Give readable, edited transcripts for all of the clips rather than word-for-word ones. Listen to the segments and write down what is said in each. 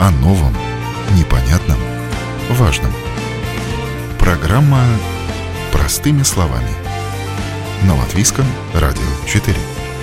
О новом, непонятном, важном. Программа «Простыми словами» на Латвийском радио 4.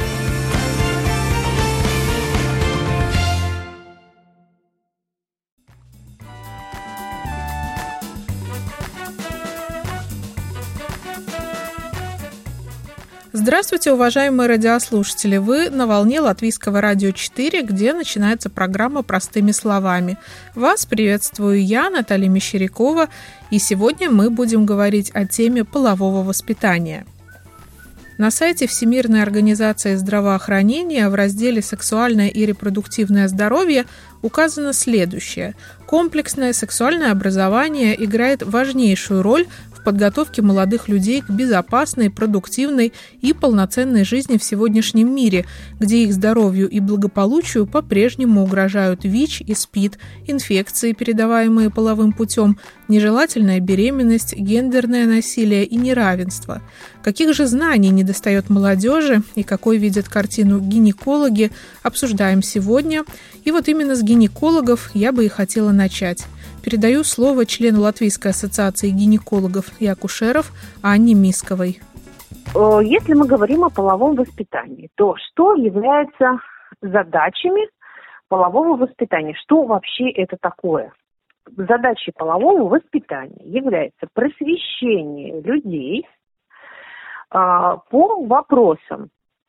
Здравствуйте, уважаемые радиослушатели! Вы на волне Латвийского радио 4, где начинается программа «Простыми словами». Вас приветствую я, Наталья Мещерякова, и сегодня мы будем говорить о теме полового воспитания. На сайте Всемирной организации здравоохранения в разделе «Сексуальное и репродуктивное здоровье» указано следующее. Комплексное сексуальное образование играет важнейшую роль в подготовке молодых людей к безопасной, продуктивной и полноценной жизни в сегодняшнем мире, где их здоровью и благополучию по-прежнему угрожают ВИЧ и СПИД, инфекции, передаваемые половым путем, нежелательная беременность, гендерное насилие и неравенство. Каких же знаний недостает молодежи и какой видят картину гинекологи, обсуждаем сегодня. И вот именно с гинекологов я бы и хотела начать. Передаю слово члену Латвийской ассоциации гинекологов и акушеров Анне Мисковой. Если мы говорим о половом воспитании, то что является задачами полового воспитания? Что вообще это такое? Задачей полового воспитания является просвещение людей по вопросам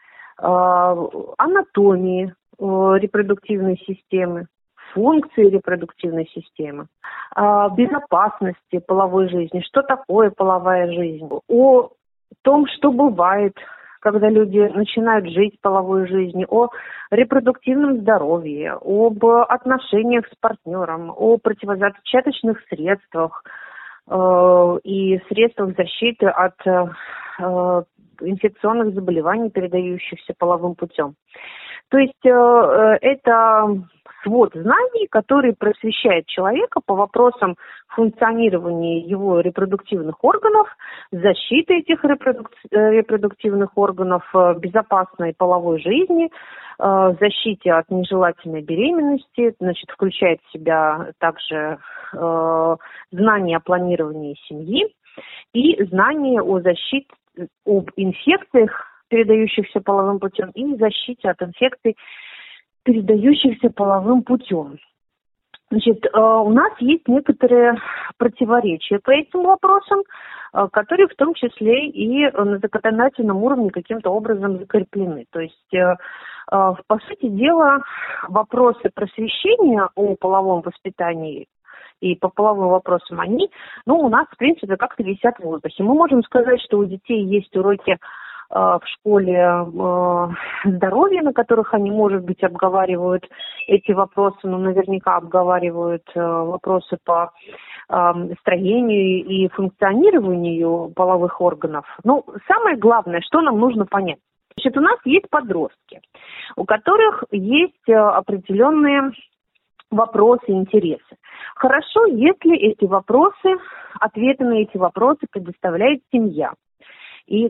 анатомии репродуктивной системы, функции репродуктивной системы, безопасности половой жизни, что такое половая жизнь, о том, что бывает, когда люди начинают жить половой жизнью, о репродуктивном здоровье, об отношениях с партнером, о противозачаточных средствах и средствах защиты от инфекционных заболеваний, передающихся половым путем. То есть это свод знаний, который просвещает человека по вопросам функционирования его репродуктивных органов, защиты этих репродуктивных органов, безопасной половой жизни, защите от нежелательной беременности, значит, включает в себя также знания о планировании семьи и знания о защите, об инфекциях, передающихся половым путем, и защите от инфекций, передающихся половым путем. Значит, у нас есть некоторые противоречия по этим вопросам, которые в том числе и на законодательном уровне каким-то образом закреплены. То есть, по сути дела, вопросы просвещения о половом воспитании и по половым вопросам, они, у нас, в принципе, как-то висят в воздухе. Мы можем сказать, что у детей есть уроки в школе здоровья, на которых они, может быть, обговаривают эти вопросы, но наверняка обговаривают вопросы по строению и функционированию половых органов. Но самое главное, что нам нужно понять. Значит, у нас есть подростки, у которых есть определенные вопросы, интересы. Хорошо, если эти вопросы, ответы на эти вопросы предоставляет семья. И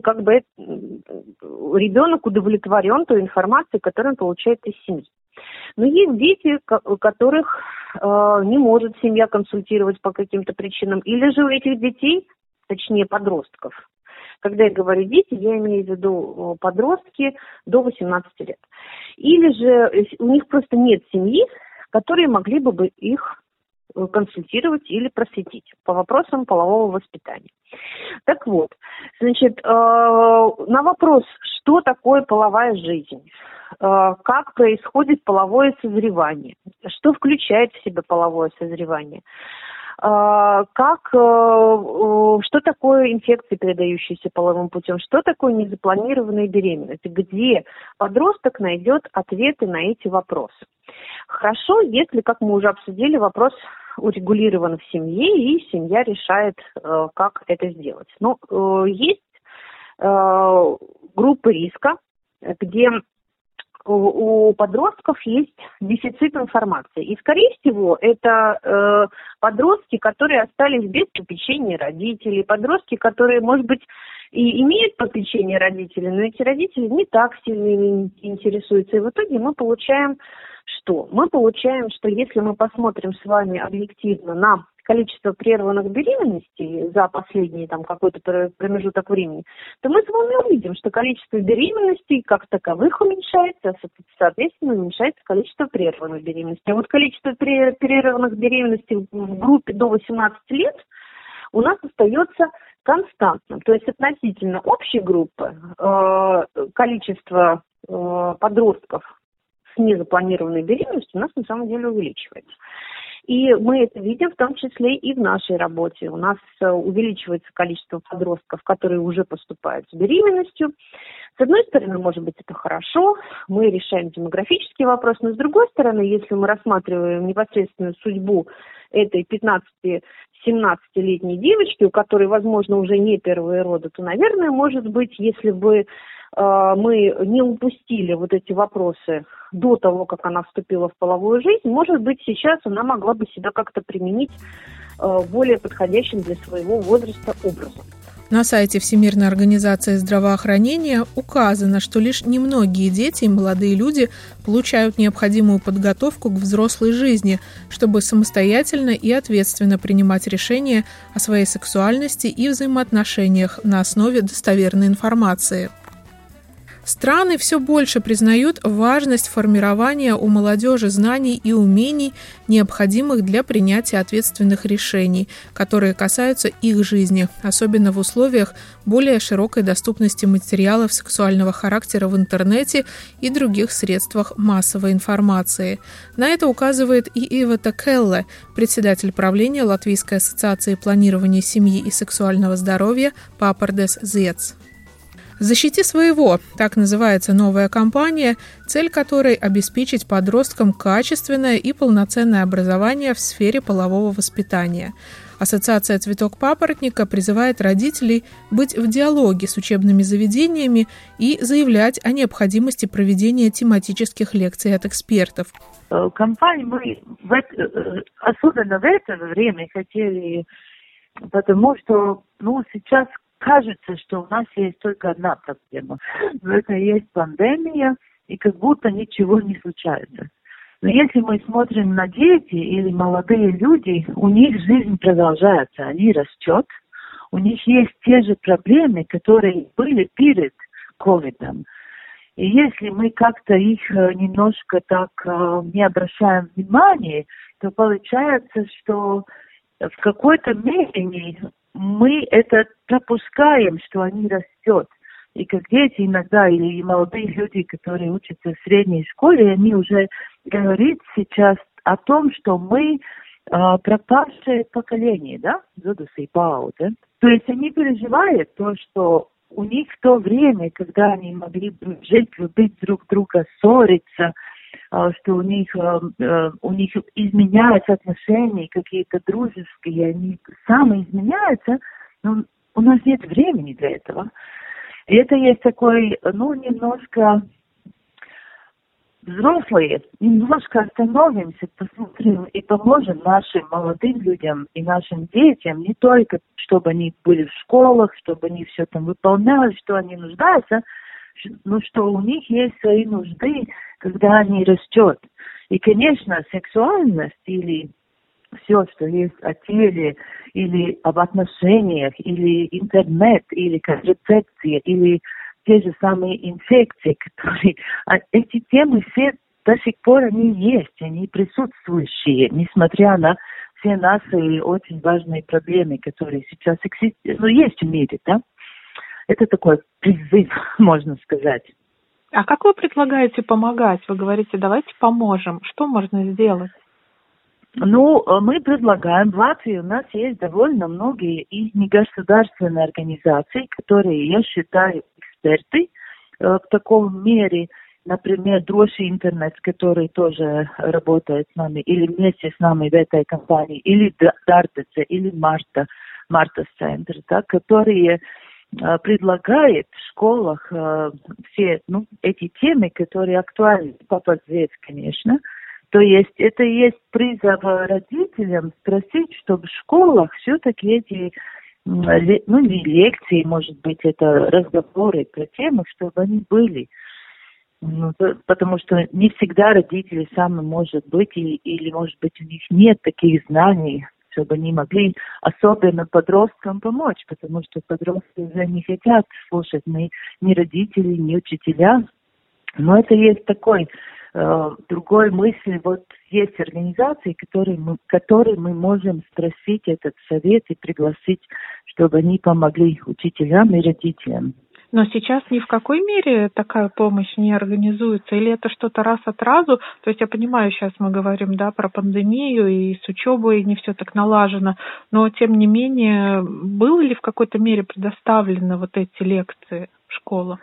ребенок удовлетворен той информацией, которую он получает из семьи. Но есть дети, которых не может семья консультировать по каким-то причинам. Или же у этих детей, точнее подростков, когда я говорю дети, я имею в виду подростки до 18 лет. Или же у них просто нет семьи, которые могли бы их консультировать или просветить по вопросам полового воспитания. Так вот, значит, на вопрос, что такое половая жизнь, как происходит половое созревание, что включает в себя половое созревание, что такое инфекции, передающиеся половым путем, что такое незапланированная беременность, где подросток найдет ответы на эти вопросы. Хорошо, если, как мы уже обсудили, вопрос урегулирован в семье, и семья решает, как это сделать. Но есть группы риска, где у подростков есть дефицит информации. И, скорее всего, это подростки, которые остались без попечения родителей, подростки, которые, может быть, и имеют попечение родителей, но эти родители не так сильно ими интересуются. И в итоге мы получаем что? Мы получаем, что если мы посмотрим с вами объективно на количество прерванных беременностей за последний какой-то промежуток времени, то мы с вами увидим, что количество беременностей как таковых уменьшается, соответственно, уменьшается количество прерванных беременностей. А вот количество прерванных беременностей в группе до 18 лет у нас остается константным. То есть относительно общей группы количество подростков с незапланированной беременностью у нас на самом деле увеличивается. И мы это видим в том числе и в нашей работе. У нас увеличивается количество подростков, которые уже поступают с беременностью. С одной стороны, может быть, это хорошо, мы решаем демографический вопрос, но с другой стороны, если мы рассматриваем непосредственную судьбу этой 15-17-летней девочки, у которой, возможно, уже не первые роды, то, наверное, может быть, если бы мы не упустили вот эти вопросы до того, как она вступила в половую жизнь, может быть, сейчас она могла бы себя как-то применить более подходящим для своего возраста образом. На сайте Всемирной организации здравоохранения указано, что лишь немногие дети и молодые люди получают необходимую подготовку к взрослой жизни, чтобы самостоятельно и ответственно принимать решения о своей сексуальности и взаимоотношениях на основе достоверной информации. Страны все больше признают важность формирования у молодежи знаний и умений, необходимых для принятия ответственных решений, которые касаются их жизни, особенно в условиях более широкой доступности материалов сексуального характера в интернете и других средствах массовой информации. На это указывает и Ивета Келле, председатель правления Латвийской ассоциации планирования семьи и сексуального здоровья «Папардес Зец». «Защити своего» – так называется новая кампания, цель которой – обеспечить подросткам качественное и полноценное образование в сфере полового воспитания. Ассоциация «Цветок папоротника» призывает родителей быть в диалоге с учебными заведениями и заявлять о необходимости проведения тематических лекций от экспертов. Кампанию мы особенно в это время хотели, потому что сейчас кажется, что у нас есть только одна проблема. Это есть пандемия, и как будто ничего не случается. Но если мы смотрим на дети или молодые люди, у них жизнь продолжается, они растут, у них есть те же проблемы, которые были перед ковидом. И если мы как-то их немножко так не обращаем внимания, то получается, что в какой-то мере мы это пропускаем, что они растут. И как дети иногда, или молодые люди, которые учатся в средней школе, они уже говорят сейчас о том, что мы пропавшее поколение, да, задусей пау, да. То есть они переживают то, что у них в то время, когда они могли жить, любить друг друга, ссориться, что у них изменяются отношения какие-то дружеские, они сами изменяются, но у нас нет времени для этого. И это есть такой, немножко взрослые, немножко остановимся, посмотрим и поможем нашим молодым людям и нашим детям, не только чтобы они были в школах, чтобы они все там выполняли, что они нуждаются, но что у них есть свои нужды, когда они растут. И, конечно, сексуальность или все, что есть о теле, или об отношениях, или интернет, или контрацепция, или те же самые инфекции, которые... Эти темы все до сих пор они есть, они присутствующие, несмотря на все наши очень важные проблемы, которые сейчас есть в мире, да? Это такой призыв, можно сказать. А как вы предлагаете помогать? Вы говорите, давайте поможем. Что можно сделать? Мы предлагаем, в Латвии у нас есть довольно многие и негосударственные организации, которые, я считаю, эксперты в таком мере, например, Дроши Интернет, который тоже работает с нами, или вместе с нами в этой компании, или Дартеце, или Мартас Центр, да, которые предлагает в школах все эти темы, которые актуальны, Папа Зец, конечно. То есть это есть призыв родителям спросить, чтобы в школах все-таки эти лекции, может быть, это разговоры про темы, чтобы они были. Потому что не всегда родители сами, может быть, или, может быть, у них нет таких знаний, чтобы они могли особенно подросткам помочь, потому что подростки уже не хотят слушать ни родителей, ни учителя. Но это есть такой другой мысль. Вот есть организации, которые мы можем спросить этот совет и пригласить, чтобы они помогли учителям и родителям. Но сейчас ни в какой мере такая помощь не организуется? Или это что-то раз от разу? То есть я понимаю, сейчас мы говорим, да, про пандемию, и с учебой не все так налажено, но тем не менее, было ли в какой-то мере предоставлены вот эти лекции в школах?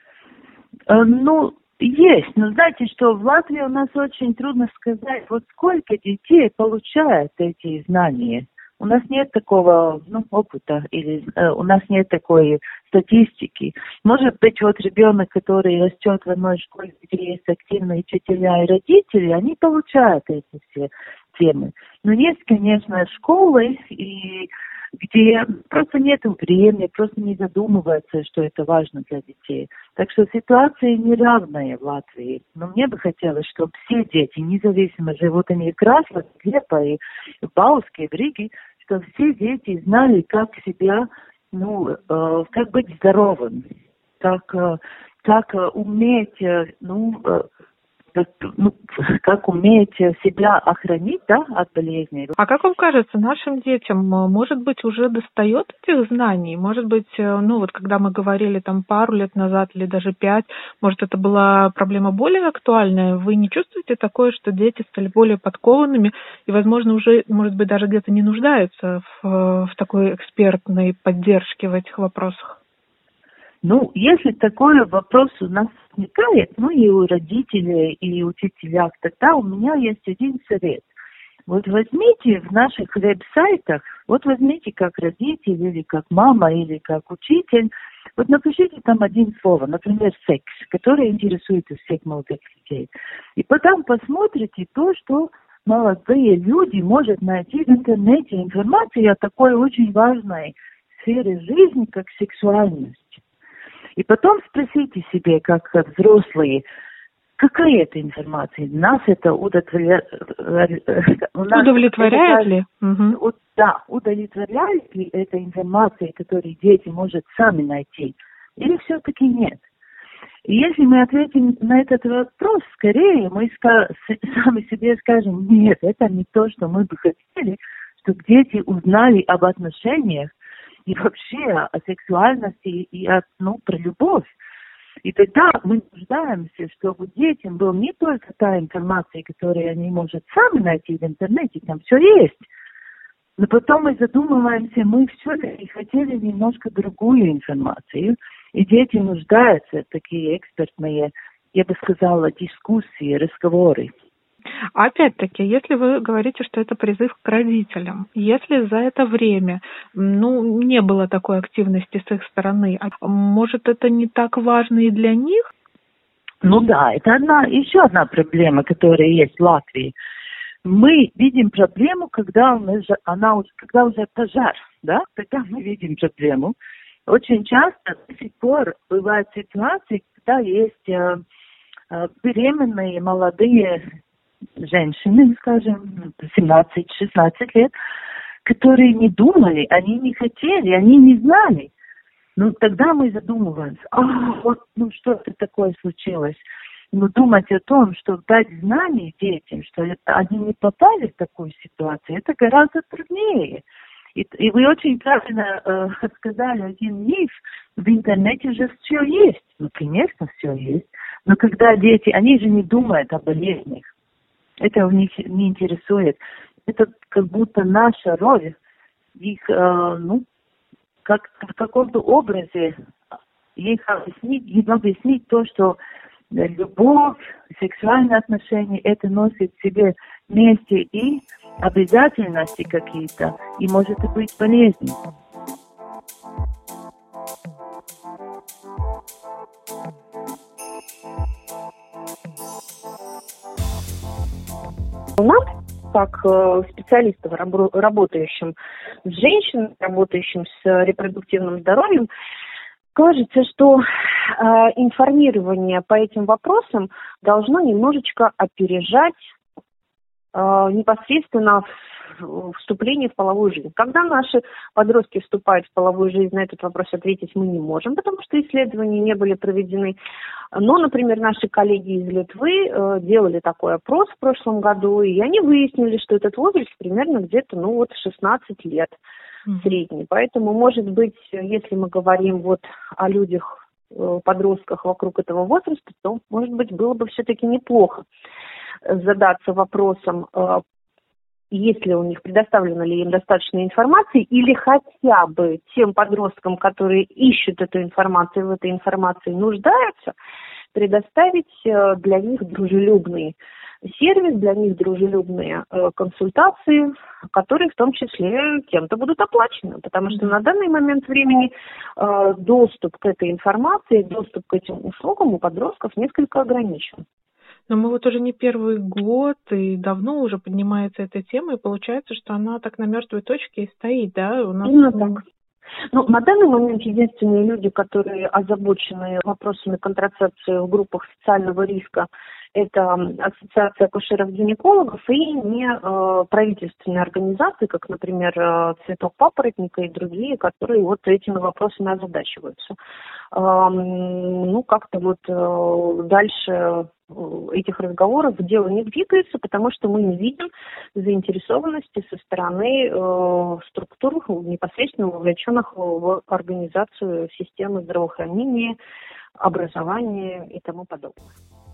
Есть. Но знаете, что в Латвии у нас очень трудно сказать, вот сколько детей получают эти знания. У нас нет такого опыта, или у нас нет такой статистики. Может быть, вот ребенок, который растет в одной школе, где есть активные учителя и родители, они получают эти все темы. Но есть, конечно, школы, где просто нет времени, просто не задумываются, что это важно для детей. Так что ситуация неравная в Латвии. Но мне бы хотелось, чтобы все дети, независимо, живут они в Краслове, Лепо, и в Бауске, в Риге, что все дети знали, как себя, как быть здоровым, как уметь, как уметь себя охранить, да, от болезней. А как вам кажется, нашим детям, может быть, уже достает этих знаний? Может быть, когда мы говорили там пару лет назад или даже 5, может, это была проблема более актуальная? Вы не чувствуете такое, что дети стали более подкованными и, возможно, уже, может быть, даже где-то не нуждаются в такой экспертной поддержке в этих вопросах? Если такой вопрос у нас возникает, и у родителей, и у учителей, тогда у меня есть один совет. Вот возьмите в наших веб-сайтах, возьмите как родитель, или как мама, или как учитель, напишите там один слово, например, секс, который интересует всех молодых людей. И потом посмотрите то, что молодые люди могут найти в интернете информацию о такой очень важной сфере жизни, как сексуальность. И потом спросите себе, как взрослые, какая это информация? Нас это удовлетворяет ли? Да, удовлетворяет ли эта информация, которую дети могут сами найти? Или все-таки нет? И если мы ответим на этот вопрос, скорее мы сами себе скажем, нет, это не то, что мы бы хотели, чтобы дети узнали об отношениях, и вообще о сексуальности и про любовь. И тогда мы нуждаемся, чтобы детям была не только та информация, которую они могут сами найти в интернете, там все есть. Но потом мы задумываемся, мы все-таки хотели немножко другую информацию, и дети нуждаются в такие экспертные, я бы сказала, дискуссии, разговоры. Опять-таки, если вы говорите, что это призыв к родителям, если за это время, не было такой активности с их стороны, может, это не так важно и для них? Да, это еще одна проблема, которая есть в Латвии. Мы видим проблему, когда уже пожар, да, тогда мы видим проблему. Очень часто до сих пор бывают ситуации, когда есть беременные молодые женщины, скажем, 17-16 лет, которые не думали, они не хотели, они не знали. Тогда мы задумываемся, что-то такое случилось. Думать о том, что дать знания детям, что они не попали в такую ситуацию, это гораздо труднее. И вы очень правильно сказали один миф, в интернете же все есть. Конечно, все есть. Но когда дети, они же не думают о болезнях. Это у них не интересует. Это как будто наша роль, их, как в каком-то образе, их объяснить то, что любовь, сексуальные отношения, это носит в себе вместе и обязательности какие-то, и может быть полезным. Нам, как специалистам, работающим с женщинами, работающим с репродуктивным здоровьем, кажется, что информирование по этим вопросам должно немножечко опережать непосредственно вступление в половую жизнь. Когда наши подростки вступают в половую жизнь, на этот вопрос ответить мы не можем, потому что исследования не были проведены. Но, например, наши коллеги из Литвы делали такой опрос в прошлом году, и они выяснили, что этот возраст примерно где-то 16 лет средний. Поэтому, может быть, если мы говорим о людях, подростках вокруг этого возраста, то, может быть, было бы все-таки неплохо задаться вопросом, есть ли у них, предоставлена ли им достаточно информации, или хотя бы тем подросткам, которые ищут эту информацию, в этой информации нуждаются, предоставить для них дружелюбный сервис, для них дружелюбные консультации, которые в том числе кем-то будут оплачены, потому что на данный момент времени доступ к этой информации, доступ к этим услугам у подростков несколько ограничен. Но мы уже не первый год, и давно уже поднимается эта тема, и получается, что она так на мертвой точке и стоит, да? У нас... Именно так. На данный момент единственные люди, которые озабочены вопросами контрацепции в группах социального риска, это Ассоциация акушеров-гинекологов и не правительственные организации, как, например, «Цветок папоротника» и другие, которые этими вопросами озадачиваются. Как-то дальше этих разговоров дело не двигается, потому что мы не видим заинтересованности со стороны структур, непосредственно вовлеченных в организацию системы здравоохранения, образования и тому подобное.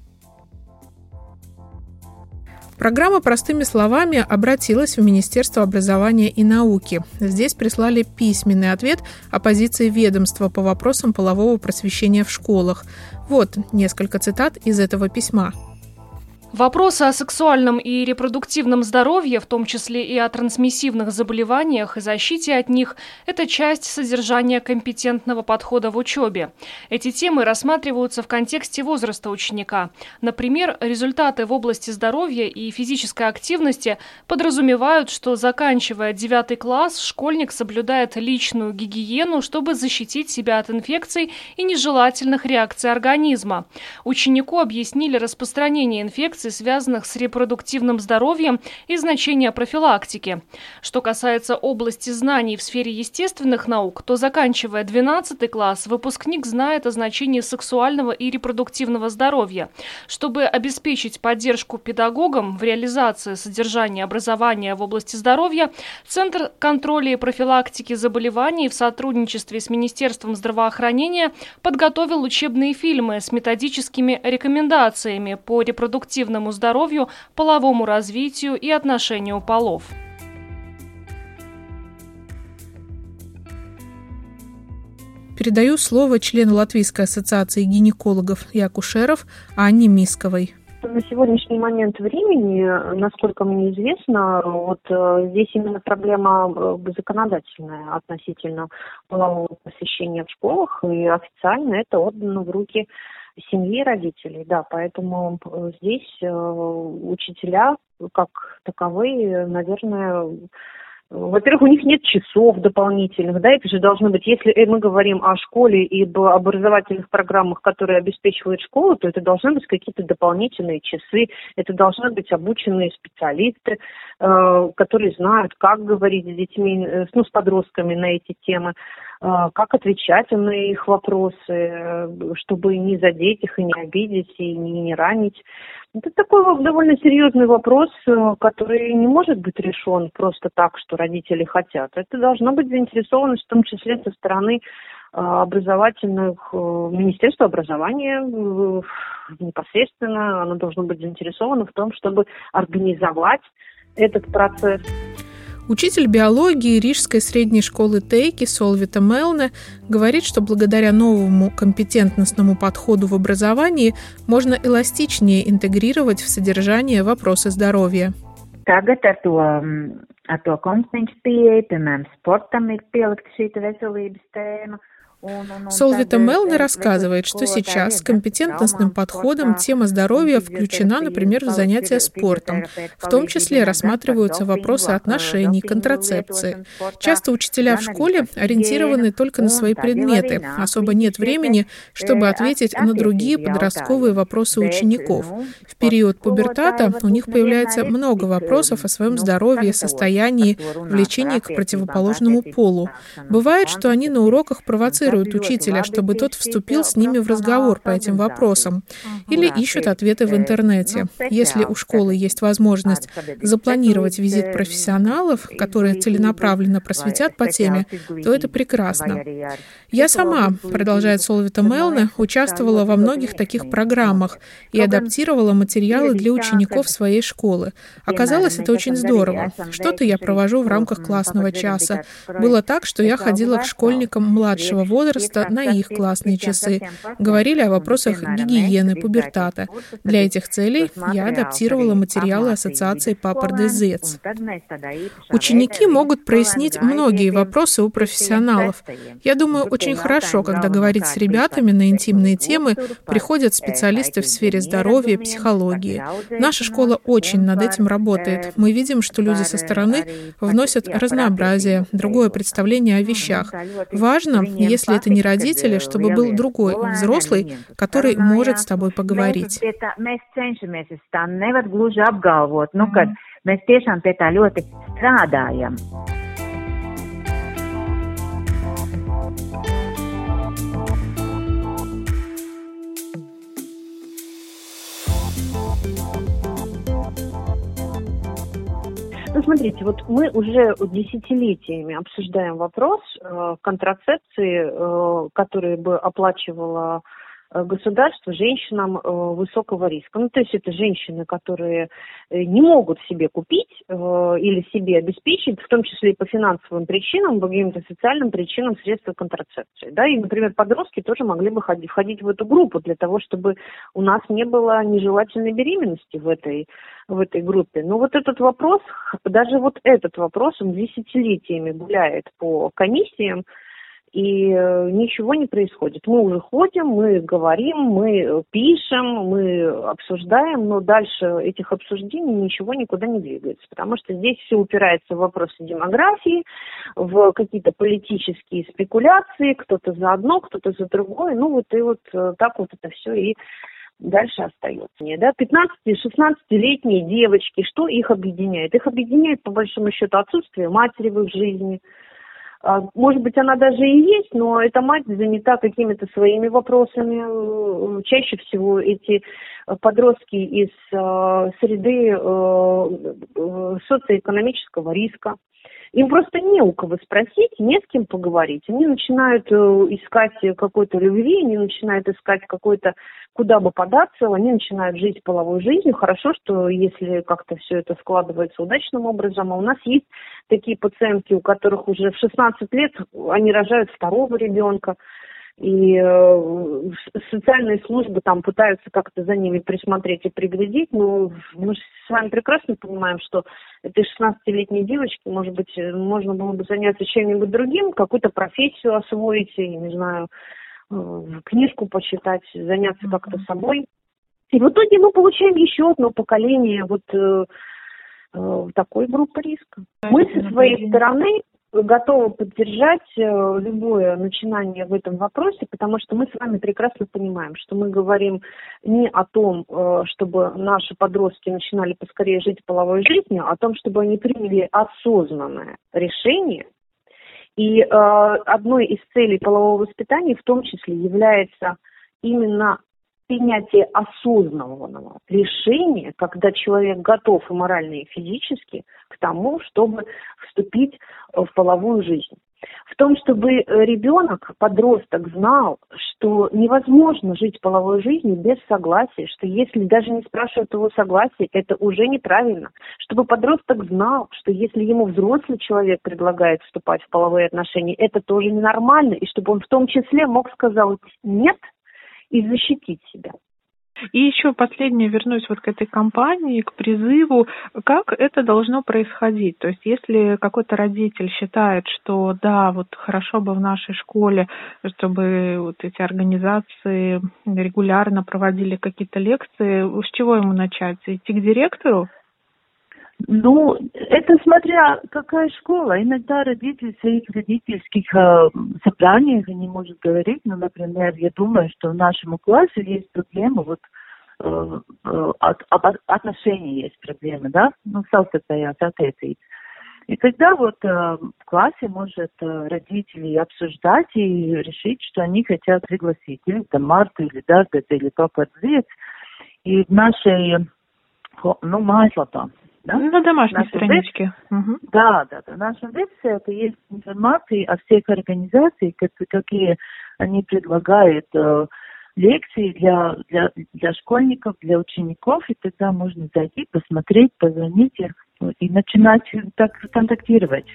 Программа «Простыми словами» обратилась в Министерство образования и науки. Здесь прислали письменный ответ о позиции ведомства по вопросам полового просвещения в школах. Вот несколько цитат из этого письма. Вопросы о сексуальном и репродуктивном здоровье, в том числе и о трансмиссивных заболеваниях и защите от них, это часть содержания компетентного подхода в учебе. Эти темы рассматриваются в контексте возраста ученика. Например, результаты в области здоровья и физической активности подразумевают, что, заканчивая 9 класс, школьник соблюдает личную гигиену, чтобы защитить себя от инфекций и нежелательных реакций организма. Ученику объяснили распространение инфекций, связанных с репродуктивным здоровьем, и значение профилактики. Что касается области знаний в сфере естественных наук, то, заканчивая 12 класс, выпускник знает о значении сексуального и репродуктивного здоровья. Чтобы обеспечить поддержку педагогам в реализации содержания образования в области здоровья, Центр контроля и профилактики заболеваний в сотрудничестве с Министерством здравоохранения подготовил учебные фильмы с методическими рекомендациями по репродуктивному здоровью, половому развитию и отношению полов. Передаю слово члену Латвийской ассоциации гинекологов и акушеров Анне Мисковой. На сегодняшний момент времени, насколько мне известно, здесь именно проблема законодательная относительно полового просвещения в школах, и официально это отдано в руки семьи и родителей, да, поэтому здесь учителя как таковые, наверное, во-первых, у них нет часов дополнительных, да, это же должно быть, если мы говорим о школе и об образовательных программах, которые обеспечивают школу, то это должны быть какие-то дополнительные часы, это должны быть обученные специалисты, которые знают, как говорить с детьми, с подростками на эти темы, как отвечать на их вопросы, чтобы не задеть их и не обидеть, и не ранить. Это такой довольно серьезный вопрос, который не может быть решен просто так, что родители хотят. Это должна быть заинтересованность в том числе со стороны образовательных, Министерства образования непосредственно. Оно должно быть заинтересовано в том, чтобы организовать этот процесс. Учитель биологии Рижской средней школы Тейки Солвита Мелне говорит, что благодаря новому компетентностному подходу в образовании можно эластичнее интегрировать в содержание вопросы здоровья. Tagad ar to kompetenci pieeja, piemēram, sportam ir pielikta šī veselības tēma. Солвита Мелне рассказывает, что сейчас с компетентностным подходом тема здоровья включена, например, в занятия спортом. В том числе рассматриваются вопросы отношений, контрацепции. Часто учителя в школе ориентированы только на свои предметы. Особо нет времени, чтобы ответить на другие подростковые вопросы учеников. В период пубертата у них появляется много вопросов о своем здоровье, состоянии, влечении к противоположному полу. Бывает, что они на уроках провоцируют учителя, чтобы тот вступил с ними в разговор по этим вопросам. Или ищут ответы в интернете. Если у школы есть возможность запланировать визит профессионалов, которые целенаправленно просветят по теме, то это прекрасно. Я сама, продолжает Солвита Мелне, участвовала во многих таких программах и адаптировала материалы для учеников своей школы. Оказалось, это очень здорово. Что-то я провожу в рамках классного часа. Было так, что я ходила к школьникам младшего возраста на их классные часы. Говорили о вопросах гигиены, пубертата. Для этих целей я адаптировала материалы Ассоциации Папар-де-Зец. Ученики могут прояснить многие вопросы у профессионалов. Я думаю, очень хорошо, когда говорить с ребятами на интимные темы приходят специалисты в сфере здоровья, психологии. Наша школа очень над этим работает. Мы видим, что люди со стороны вносят разнообразие, другое представление о вещах. Важно, если это не родители, чтобы был другой, взрослый, который может с тобой поговорить. Ну, смотрите, вот мы уже десятилетиями обсуждаем вопрос контрацепции, который бы оплачивало государство женщинам высокого риска. Ну, то есть это женщины, которые не могут себе купить или себе обеспечить, в том числе и по финансовым причинам, по каким-то социальным причинам средства контрацепции. Да? И, например, подростки тоже могли бы входить в эту группу для того, чтобы у нас не было нежелательной беременности в этой группе. Но вот этот вопрос, даже вот этот вопрос, он десятилетиями гуляет по комиссиям, и ничего не происходит. Мы уже ходим, мы говорим, мы пишем, мы обсуждаем, но дальше этих обсуждений ничего никуда не двигается, потому что здесь все упирается в вопросы демографии, в какие-то политические спекуляции, кто-то за одно, кто-то за другое, ну вот и вот так вот это все и дальше остается. Да? 15-16-летние девочки, что их объединяет? Их объединяет, по большому счету, отсутствие матери в их жизни. Может быть, она даже и есть, но эта мать занята какими-то своими вопросами. Чаще всего эти подростки из среды социоэкономического риска. Им просто не у кого спросить, не с кем поговорить. Они начинают искать какой-то любви, они начинают искать какой-то, куда бы податься, они начинают жить половой жизнью. Хорошо, что если как-то все это складывается удачным образом. А у нас есть такие пациентки, у которых уже в 16 лет они рожают второго ребенка. И социальные службы там пытаются как-то за ними присмотреть и приглядеть, но мы же с вами прекрасно понимаем, что этой 16-летней девочке, может быть, можно было бы заняться чем-нибудь другим, какую-то профессию освоить, я не знаю, книжку почитать, заняться как-то собой. И в итоге мы получаем еще одно поколение вот такой группы риска. Мы со своей стороны готовы поддержать любое начинание в этом вопросе, потому что мы с вами прекрасно понимаем, что мы говорим не о том, чтобы наши подростки начинали поскорее жить половой жизнью, а о том, чтобы они приняли осознанное решение. И одной из целей полового воспитания в том числе является именно принятие осознанного решения, когда человек готов и морально, и физически к тому, чтобы вступить в половую жизнь. В том, чтобы ребенок, подросток знал, что невозможно жить половой жизнью без согласия, что если даже не спрашивают его согласия, это уже неправильно. Чтобы подросток знал, что если ему взрослый человек предлагает вступать в половые отношения, это тоже ненормально, и чтобы он в том числе мог сказать «нет» и защитить себя. И еще последнее, вернусь вот к этой кампании, к призыву, как это должно происходить? То есть если какой-то родитель считает, что да, вот хорошо бы в нашей школе, чтобы вот эти организации регулярно проводили какие-то лекции, с чего ему начать? Идти к директору? Ну, это смотря какая школа. Иногда родители в своих родительских собраниях они могут говорить, ну, например, я думаю, что в нашем классе есть проблема, вот отношения есть проблемы, да, ну, совсем. И тогда вот в классе может родители обсуждать и решить, что они хотят пригласить или Марту, или Даргата, или Папа-Дзец. И в нашей, ну, Майслапа, да? На домашней страничке. Да, в нашем веб-сайте есть информация о всех организациях, какие они предлагают лекции для школьников, для учеников, и тогда можно зайти, посмотреть, позвонить их и начинать так контактировать.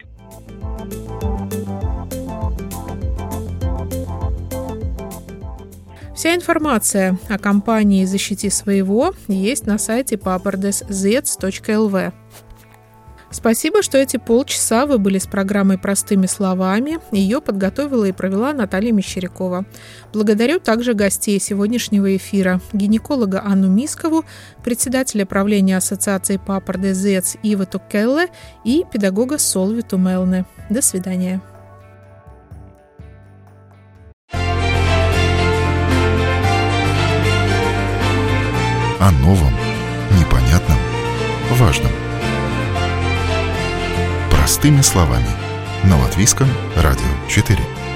Вся информация о кампании «Защити своего» есть на сайте papardeszz.lv. Спасибо, что эти полчаса вы были с программой «Простыми словами». Ее подготовила и провела Наталья Мещерякова. Благодарю также гостей сегодняшнего эфира: гинеколога Анну Мискову, председателя правления Ассоциации Papardeszz Иву Туккелле и педагога Солвиту Мелне. До свидания. О новом, непонятном, важном. Простыми словами. На Латвийском радио 4.